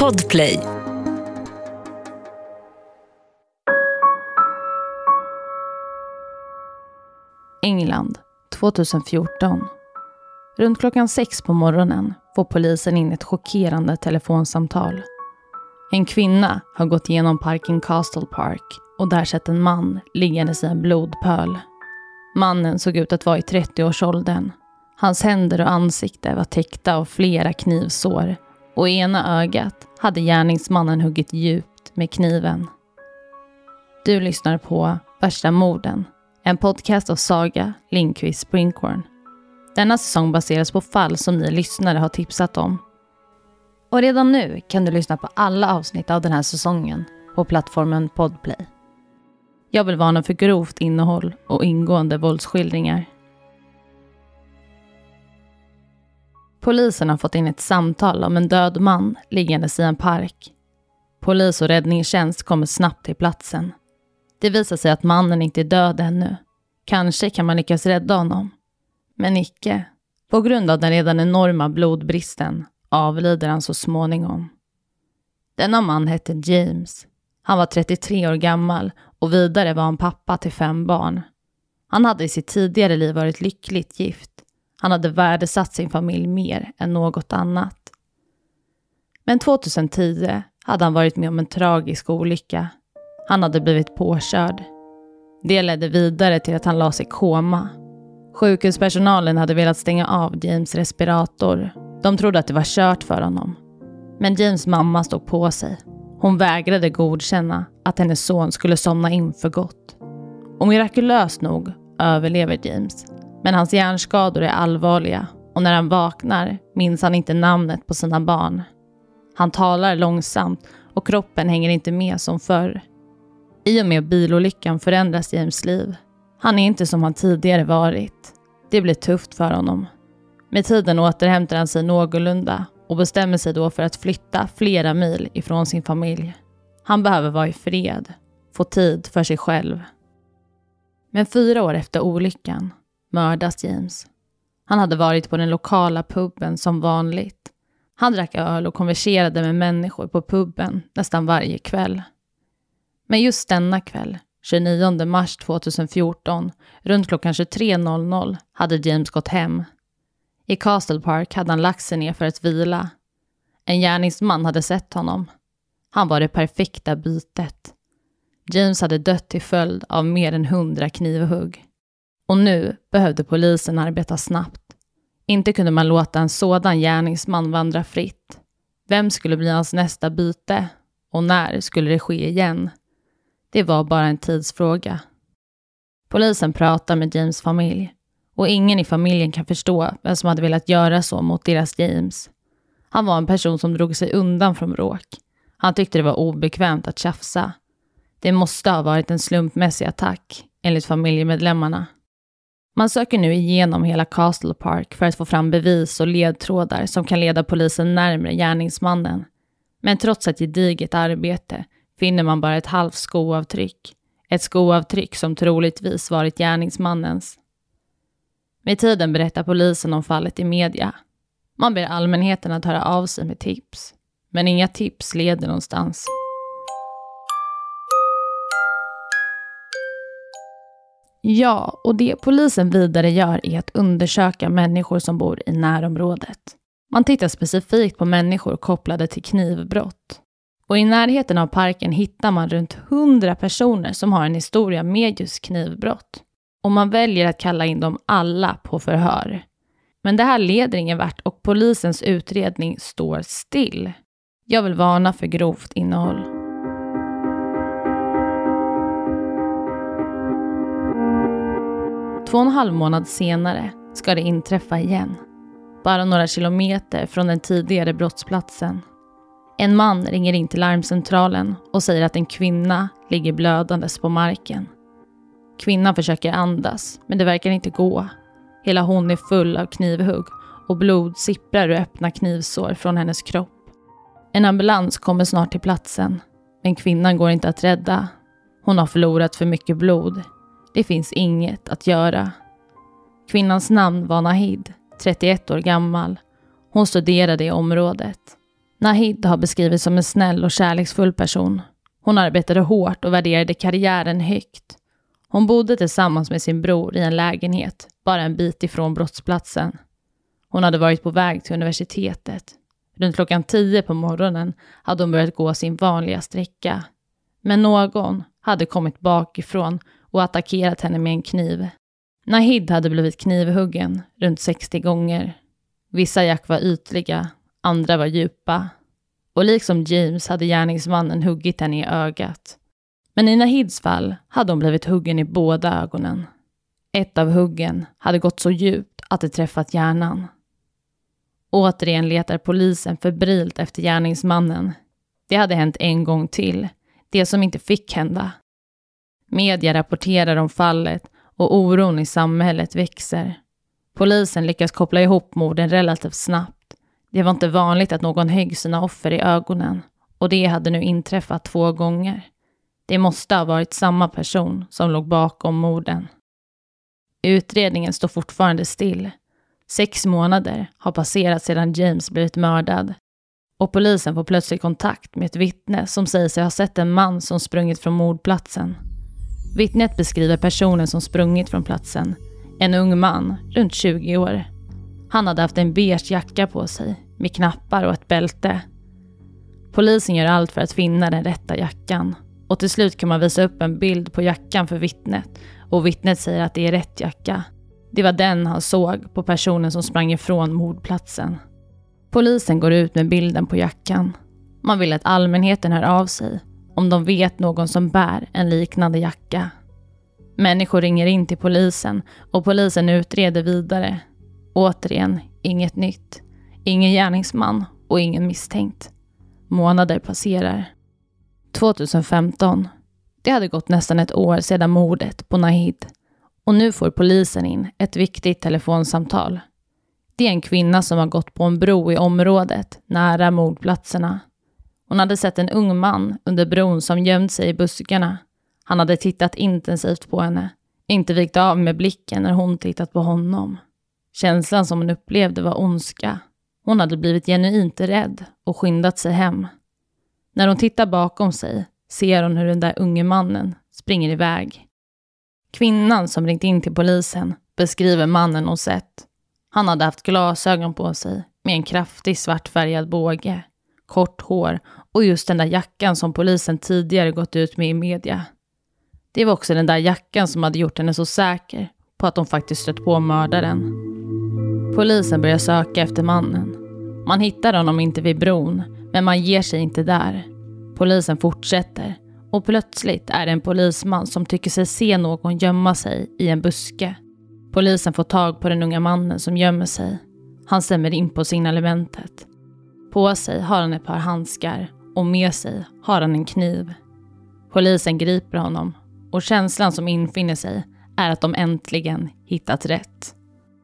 Podplay. England, 2014. Runt klockan 6 på morgonen får polisen in ett chockerande telefonsamtal. En kvinna har gått igenom parken Castle Park och där sett en man liggandes i en blodpöl. Mannen såg ut att vara i 30-årsåldern. Hans händer och ansikte var täckta av flera knivsår och i ena ögat hade gärningsmannen huggit djupt med kniven. Du lyssnar på Värsta morden, en podcast av Saga Lindqvist Springhorn. Denna säsong baseras på fall som ni lyssnare har tipsat om. Och redan nu kan du lyssna på alla avsnitt av den här säsongen på plattformen Podplay. Jag vill varna för grovt innehåll och ingående våldsskildringar. Polisen har fått in ett samtal om en död man liggandes i en park. Polis och räddningstjänst kommer snabbt till platsen. Det visar sig att mannen inte är död ännu. Kanske kan man lyckas rädda honom. Men icke. På grund av den redan enorma blodbristen avlider han så småningom. Denna man hette James. Han var 33 år gammal och vidare var han pappa till 5 barn. Han hade i sitt tidigare liv varit lyckligt gift. Han hade värdesatt sin familj mer än något annat. Men 2010 hade han varit med om en tragisk olycka. Han hade blivit påkörd. Det ledde vidare till att han la sig i koma. Sjukhuspersonalen hade velat stänga av James respirator. De trodde att det var kört för honom. Men James mamma stod på sig. Hon vägrade godkänna att hennes son skulle somna in för gott. Och mirakulöst nog överlever James. Men hans hjärnskador är allvarliga och när han vaknar minns han inte namnet på sina barn. Han talar långsamt och kroppen hänger inte med som förr. I och med bilolyckan förändras James liv. Han är inte som han tidigare varit. Det blir tufft för honom. Med tiden återhämtar han sig någorlunda och bestämmer sig då för att flytta flera mil ifrån sin familj. Han behöver vara i fred, få tid för sig själv. Men 4 år efter olyckan mördas James. Han hade varit på den lokala puben som vanligt. Han drack öl och konverserade med människor på puben nästan varje kväll. Men just denna kväll, 29 mars 2014, runt klockan 23.00 hade James gått hem. I Castle Park hade han lagt sig ner för att vila. En gärningsman hade sett honom. Han var det perfekta bytet. James hade dött till följd av mer än 100 knivhugg. Och nu behövde polisen arbeta snabbt. Inte kunde man låta en sådan gärningsman vandra fritt. Vem skulle bli hans nästa byte? Och när skulle det ske igen? Det var bara en tidsfråga. Polisen pratar med James familj. Och ingen i familjen kan förstå vem som hade velat göra så mot deras James. Han var en person som drog sig undan från bråk. Han tyckte det var obekvämt att tjafsa. Det måste ha varit en slumpmässig attack, enligt familjemedlemmarna. Man söker nu igenom hela Castle Park för att få fram bevis och ledtrådar som kan leda polisen närmare gärningsmannen. Men trots ett gediget arbete finner man bara ett halvt skoavtryck. Ett skoavtryck som troligtvis varit gärningsmannens. Med tiden berättar polisen om fallet i media. Man ber allmänheten att höra av sig med tips. Men inga tips leder någonstans. Ja, och det polisen vidare gör är att undersöka människor som bor i närområdet. Man tittar specifikt på människor kopplade till knivbrott. Och i närheten av parken hittar man runt 100 personer som har en historia med just knivbrott. Och man väljer att kalla in dem alla på förhör. Men det här leder ingen vart och polisens utredning står still. Jag vill varna för grovt innehåll. Två och en halv månad senare ska det inträffa igen. Bara några kilometer från den tidigare brottsplatsen. En man ringer in till larmcentralen och säger att en kvinna ligger blödandes på marken. Kvinnan försöker andas, men det verkar inte gå. Hela hon är full av knivhugg och blod sipprar ur öppna knivsår från hennes kropp. En ambulans kommer snart till platsen, men kvinnan går inte att rädda. Hon har förlorat för mycket blod. Det finns inget att göra. Kvinnans namn var Nahid, 31 år gammal. Hon studerade i området. Nahid har beskrivits som en snäll och kärleksfull person. Hon arbetade hårt och värderade karriären högt. Hon bodde tillsammans med sin bror i en lägenhet, bara en bit ifrån brottsplatsen. Hon hade varit på väg till universitetet. Runt klockan 10 på morgonen hade hon börjat gå sin vanliga sträcka. Men någon hade kommit bakifrån och attackerat henne med en kniv. Nahid hade blivit knivhuggen runt 60 gånger. Vissa jack var ytliga, andra var djupa. Och liksom James hade gärningsmannen huggit henne i ögat. Men i Nahids fall hade hon blivit huggen i båda ögonen. Ett av huggen hade gått så djupt att det träffat hjärnan. Återigen letar polisen febrilt efter gärningsmannen. Det hade hänt en gång till, det som inte fick hända. Media rapporterar om fallet och oron i samhället växer. Polisen lyckas koppla ihop morden relativt snabbt. Det var inte vanligt att någon högg sina offer i ögonen, och det hade nu inträffat 2 gånger. Det måste ha varit samma person som låg bakom morden. Utredningen står fortfarande still. 6 månader har passerat sedan James blivit mördad. Och polisen får plötsligt kontakt med ett vittne som säger sig ha sett en man som sprungit från mordplatsen. Vittnet beskriver personen som sprungit från platsen. En ung man, runt 20 år. Han hade haft en beige jacka på sig, med knappar och ett bälte. Polisen gör allt för att finna den rätta jackan. Och till slut kan man visa upp en bild på jackan för vittnet. Och vittnet säger att det är rätt jacka. Det var den han såg på personen som sprang ifrån mordplatsen. Polisen går ut med bilden på jackan. Man vill att allmänheten hör av sig om de vet någon som bär en liknande jacka. Människor ringer in till polisen och polisen utreder vidare. Återigen, inget nytt. Ingen gärningsman och ingen misstänkt. Månader passerar. 2015. Det hade gått nästan 1 år sedan mordet på Nahid. Och nu får polisen in ett viktigt telefonsamtal. Det är en kvinna som har gått på en bro i området nära mordplatserna. Hon hade sett en ung man under bron som gömt sig i buskarna. Han hade tittat intensivt på henne. Inte vikt av med blicken när hon tittat på honom. Känslan som hon upplevde var ondska. Hon hade blivit genuint rädd och skyndat sig hem. När hon tittar bakom sig ser hon hur den där unge mannen springer iväg. Kvinnan som ringt in till polisen beskriver mannen hon sett. Han hade haft glasögon på sig med en kraftig svartfärgad båge, kort hår och just den där jackan som polisen tidigare gått ut med i media. Det var också den där jackan som hade gjort henne så säker på att de faktiskt stött på mördaren. Polisen börjar söka efter mannen. Man hittar honom inte vid bron, men man ger sig inte där. Polisen fortsätter och plötsligt är det en polisman som tycker sig se någon gömma sig i en buske. Polisen får tag på den unga mannen som gömmer sig. Han stämmer in på signalementet. På sig har han ett par handskar och med sig har han en kniv. Polisen griper honom och känslan som infinner sig är att de äntligen hittat rätt.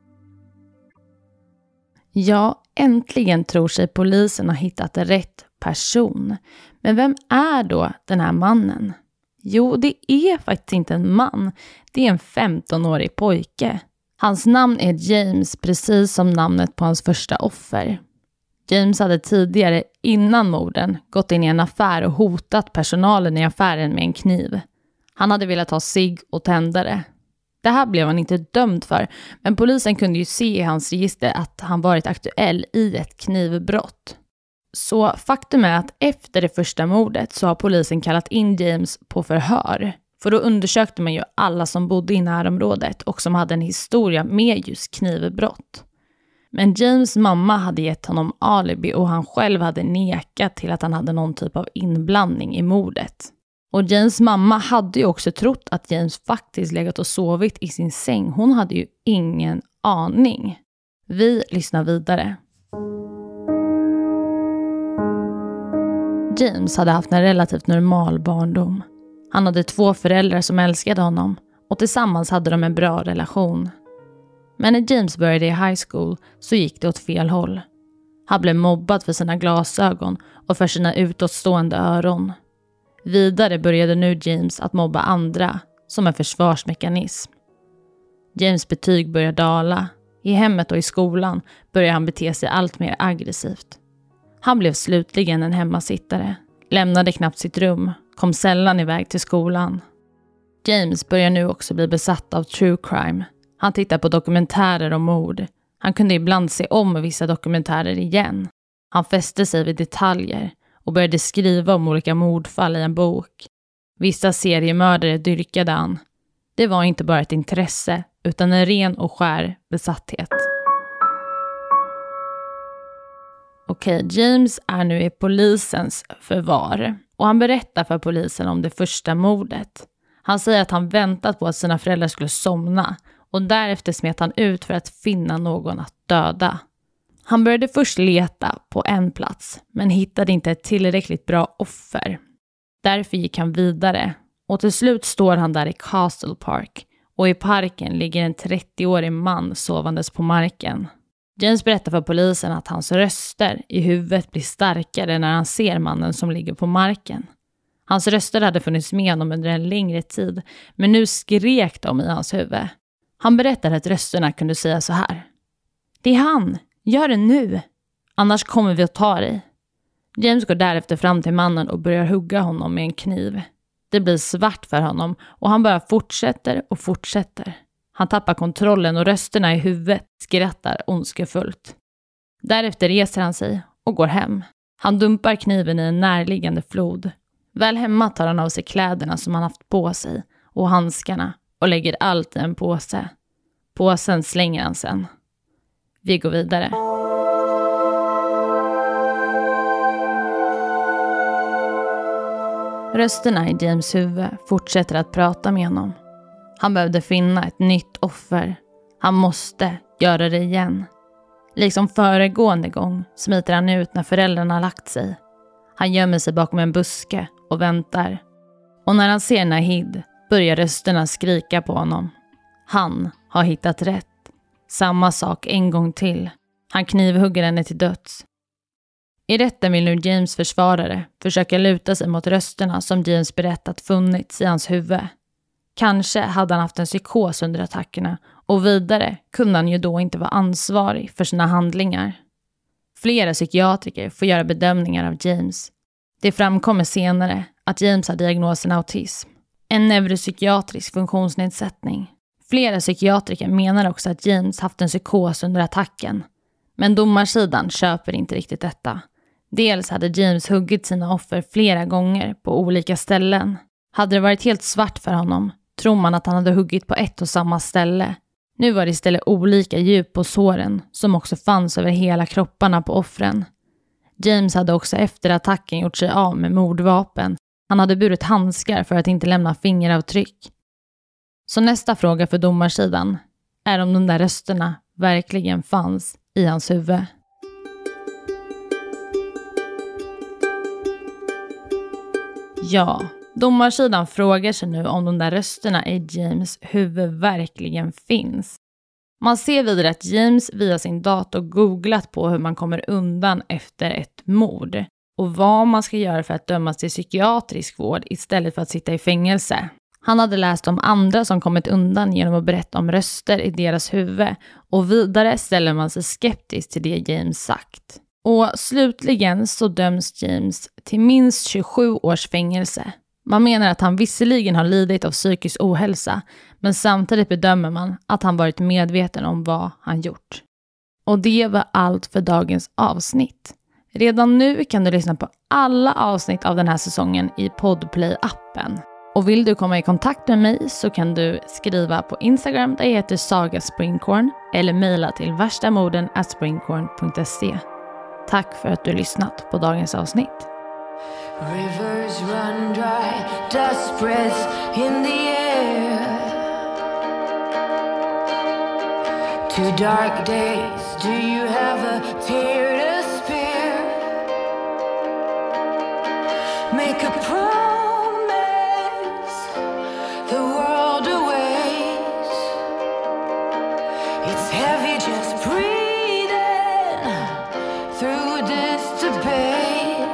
Ja, äntligen tror sig polisen ha hittat rätt person. Men vem är då den här mannen? Jo, det är faktiskt inte en man. Det är en 15-årig pojke. Hans namn är James, precis som namnet på hans första offer. James hade tidigare, innan morden, gått in i en affär och hotat personalen i affären med en kniv. Han hade velat ha cigg och tändare. Det här blev han inte dömd för, men polisen kunde ju se i hans register att han varit aktuell i ett knivbrott. Så faktum är att efter det första mordet så har polisen kallat in James på förhör. För då undersökte man ju alla som bodde i närområdet och som hade en historia med just knivbrott. Men James mamma hade gett honom alibi och han själv hade nekat till att han hade någon typ av inblandning i mordet. Och James mamma hade ju också trott att James faktiskt legat och sovit i sin säng. Hon hade ju ingen aning. Vi lyssnar vidare. James hade haft en relativt normal barndom. Han hade 2 föräldrar som älskade honom och tillsammans hade de en bra relation. Men när James började i high school så gick det åt fel håll. Han blev mobbad för sina glasögon och för sina utåtstående öron. Vidare började nu James att mobba andra som en försvarsmekanism. James betyg började dala. I hemmet och i skolan började han bete sig allt mer aggressivt. Han blev slutligen en hemmasittare, lämnade knappt sitt rum, kom sällan iväg till skolan. James börjar nu också bli besatt av true crime. Han tittar på dokumentärer om mord. Han kunde ibland se om vissa dokumentärer igen. Han fäste sig vid detaljer och började skriva om olika mordfall i en bok. Vissa seriemördare dyrkade han. Det var inte bara ett intresse utan en ren och skär besatthet. Okej, James är nu i polisens förvar och han berättar för polisen om det första mordet. Han säger att han väntat på att sina föräldrar skulle somna och därefter smet han ut för att finna någon att döda. Han började först leta på en plats men hittade inte ett tillräckligt bra offer. Därför gick han vidare och till slut står han där i Castle Park och i parken ligger en 30-årig man sovandes på marken. James berättar för polisen att hans röster i huvudet blir starkare när han ser mannen som ligger på marken. Hans röster hade funnits med honom under en längre tid, men nu skrek de i hans huvud. Han berättar att rösterna kunde säga så här: "Det är han! Gör det nu! Annars kommer vi att ta dig." James går därefter fram till mannen och börjar hugga honom med en kniv. Det blir svart för honom och han bara fortsätter och fortsätter. Han tappar kontrollen och rösterna i huvudet skrattar ondskefullt. Därefter reser han sig och går hem. Han dumpar kniven i en närliggande flod. Väl hemma tar han av sig kläderna som han haft på sig och handskarna och lägger allt i en påse. Påsen slänger han sen. Vi går vidare. Rösterna i James huvud fortsätter att prata med honom. Han behövde finna ett nytt offer. Han måste göra det igen. Liksom föregående gång smiter han ut när föräldrarna lagt sig. Han gömmer sig bakom en buske och väntar. Och när han ser Nahid börjar rösterna skrika på honom. Han har hittat rätt. Samma sak en gång till. Han knivhugger henne till döds. I rätten vill nu James försvarare försöka luta sig mot rösterna som James berättat funnits i hans huvud. Kanske hade han haft en psykos under attackerna och vidare kunde han ju då inte vara ansvarig för sina handlingar. Flera psykiatriker får göra bedömningar av James. Det framkommer senare att James har diagnosen autism, en neuropsykiatrisk funktionsnedsättning. Flera psykiatriker menar också att James haft en psykos under attacken, men domarsidan köper inte riktigt detta. Dels hade James huggit sina offer flera gånger på olika ställen. Hade det varit helt svart för honom tror man att han hade huggit på ett och samma ställe. Nu var det istället olika djup på såren som också fanns över hela kropparna på offren. James hade också efter attacken gjort sig av med mordvapen. Han hade burit handskar för att inte lämna fingeravtryck. Så nästa fråga för domarsidan är om de där rösterna verkligen fanns i hans huvud. Ja, domarsidan frågar sig nu om de där rösterna i James huvud verkligen finns. Man ser vidare att James via sin dator googlat på hur man kommer undan efter ett mord och vad man ska göra för att dömas till psykiatrisk vård istället för att sitta i fängelse. Han hade läst om andra som kommit undan genom att berätta om röster i deras huvud och vidare ställer man sig skeptisk till det James sagt. Och slutligen så döms James till minst 27 års fängelse. Man menar att han visserligen har lidit av psykisk ohälsa, men samtidigt bedömer man att han varit medveten om vad han gjort. Och det var allt för dagens avsnitt. Redan nu kan du lyssna på alla avsnitt av den här säsongen i Podplay-appen. Och vill du komma i kontakt med mig så kan du skriva på Instagram där jag heter Saga Springkorn eller mejla till varstamorden@springkorn.se. Tack för att du lyssnat på dagens avsnitt. Rivers run dry, dust breaths in the air. Two dark days, do you have a tear to spare? Make a promise, the world awaits. It's heavy just breathing through this debate.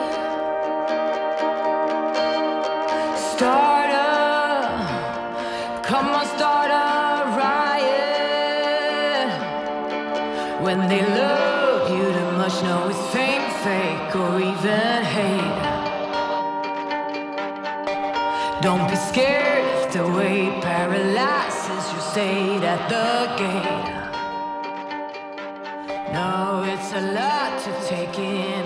Start a riot. When they love you too much, no, it's fame. fake or even hate. Don't be scared if the weight paralyzes your state at the gate. No, it's a lot to take in